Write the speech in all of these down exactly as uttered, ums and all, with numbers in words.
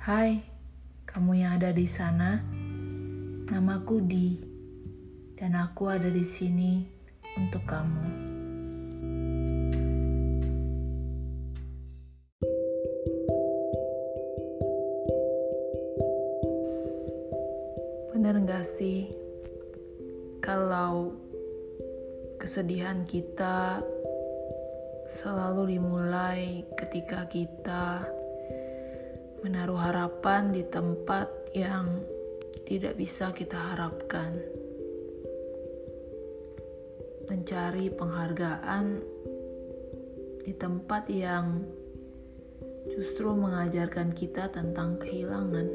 Hai, kamu yang ada di sana. Namaku Di, dan aku ada di sini untuk kamu. Bener gak sih, kalau kesedihan kita selalu dimulai ketika kita menaruh harapan di tempat yang tidak bisa kita harapkan, mencari penghargaan di tempat yang justru mengajarkan kita tentang kehilangan.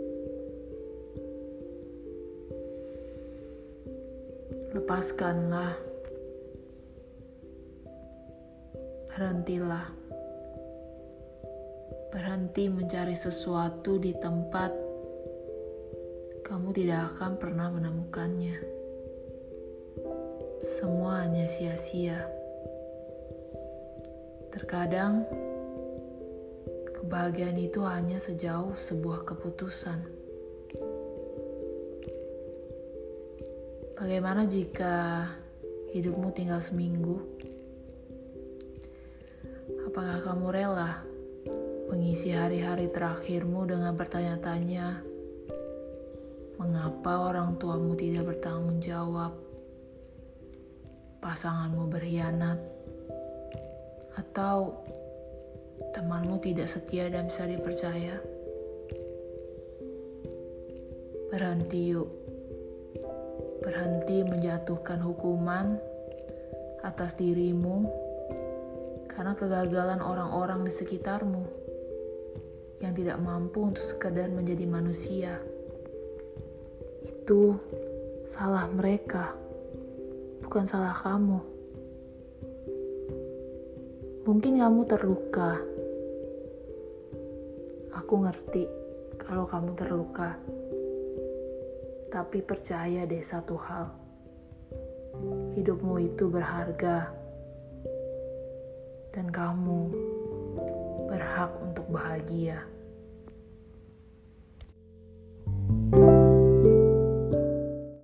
Lepaskanlah, berhentilah, berhenti mencari sesuatu di tempat kamu tidak akan pernah menemukannya. Semua hanya sia-sia. Terkadang kebahagiaan itu hanya sejauh sebuah keputusan. Bagaimana jika hidupmu tinggal seminggu? Apakah kamu rela mengisi hari-hari terakhirmu dengan bertanya-tanya, mengapa orang tuamu tidak bertanggung jawab, pasanganmu berkhianat, atau temanmu tidak setia dan bisa dipercaya? Berhenti yuk. Berhenti menjatuhkan hukuman atas dirimu karena kegagalan orang-orang di sekitarmu yang tidak mampu untuk sekedar menjadi manusia. Itu salah mereka, bukan salah kamu. Mungkin kamu terluka. Aku ngerti kalau kamu terluka. Tapi percaya deh satu hal, hidupmu itu berharga, dan kamu berhak untuk bahagia.